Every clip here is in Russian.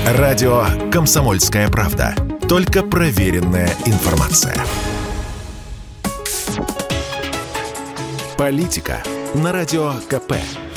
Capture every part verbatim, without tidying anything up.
Радио «Комсомольская правда». Только проверенная информация. Политика на Радио КП.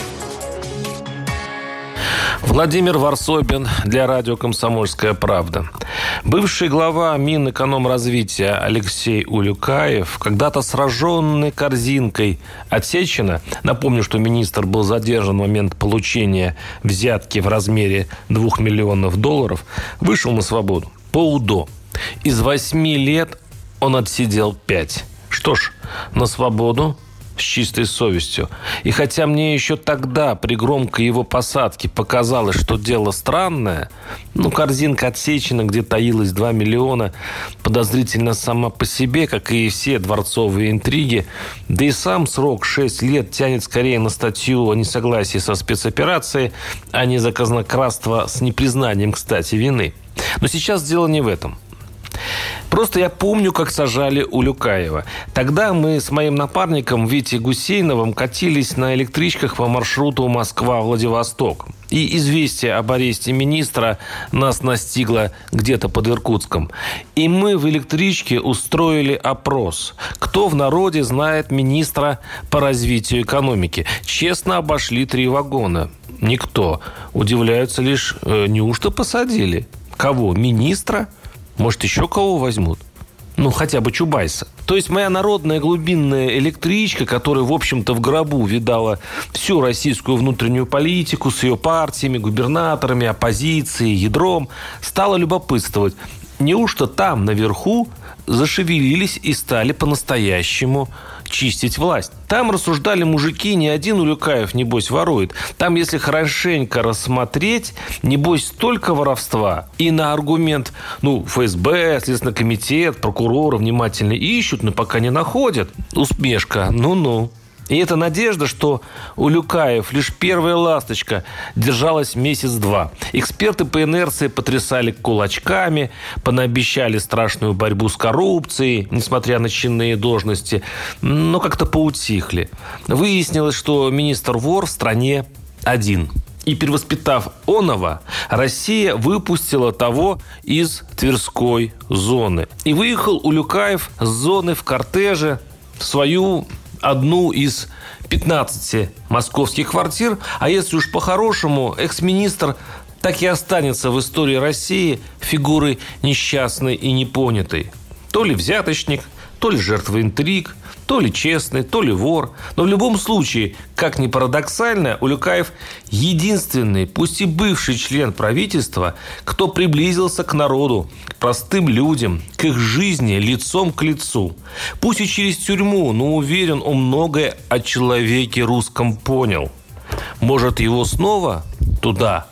Владимир Варсобин для радио «Комсомольская правда». Бывший глава Минэкономразвития Алексей Улюкаев, когда-то сраженный корзинкой от Сечина, напомню, что министр был задержан в момент получения взятки в размере двух миллионов долларов, вышел на свободу по УДО. Из восьми лет он отсидел пять. Что ж, на свободу с чистой совестью. И хотя мне еще тогда при громкой его посадке показалось, что дело странное, ну, корзинка от Сечина, где таилось два миллиона, подозрительно сама по себе, как и все дворцовые интриги, да и сам срок шесть лет тянет скорее на статью о несогласии со спецоперацией, а не за казнократство с непризнанием, кстати, вины. Но сейчас дело не в этом. Просто я помню, как сажали Улюкаева. Тогда мы с моим напарником Витей Гусейновым катились на электричках по маршруту Москва-Владивосток. И известие об аресте министра нас настигло где-то под Иркутском. И мы в электричке устроили опрос. Кто в народе знает министра по развитию экономики? Честно обошли три вагона. Никто. Удивляются лишь, э, неужто посадили? Кого? Министра? Может, еще кого возьмут? Ну, хотя бы Чубайса. То есть моя народная глубинная электричка, которая, в общем-то, в гробу видала всю российскую внутреннюю политику с ее партиями, губернаторами, оппозицией, ядром, стала любопытствовать. Неужто там, наверху, зашевелились и стали по-настоящему чистить власть? Там рассуждали мужики, ни один Улюкаев, небось, ворует. Там, если хорошенько рассмотреть, небось, столько воровства. И на аргумент, ну, ФСБ, Следственный комитет, прокуроры внимательно ищут, но пока не находят. Усмешка, ну-ну. И эта надежда, что Улюкаев лишь первая ласточка, держалась месяц-два. Эксперты по инерции потрясали кулачками, понаобещали страшную борьбу с коррупцией, несмотря на чинные должности, но как-то поутихли. Выяснилось, что министр-вор в стране один. И перевоспитав оного, Россия выпустила того из Тверской зоны. И выехал Улюкаев с зоны в кортеже в свою одну из пятнадцати московских квартир. А если уж по-хорошему, экс-министр так и останется в истории России фигурой несчастной и непонятой. То ли взяточник, то ли жертва интриг, то ли честный, то ли вор. Но в любом случае, как ни парадоксально, Улюкаев единственный, пусть и бывший член правительства, кто приблизился к народу, к простым людям, к их жизни лицом к лицу. Пусть и через тюрьму, но уверен, он многое о человеке русском понял. Может, его снова туда,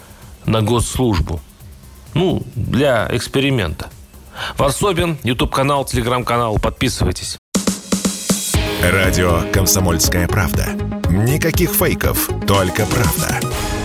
на госслужбу? Ну, для эксперимента. Варсобин, YouTube-канал, Telegram-канал. Подписывайтесь. Радио «Комсомольская правда». Никаких фейков, только правда.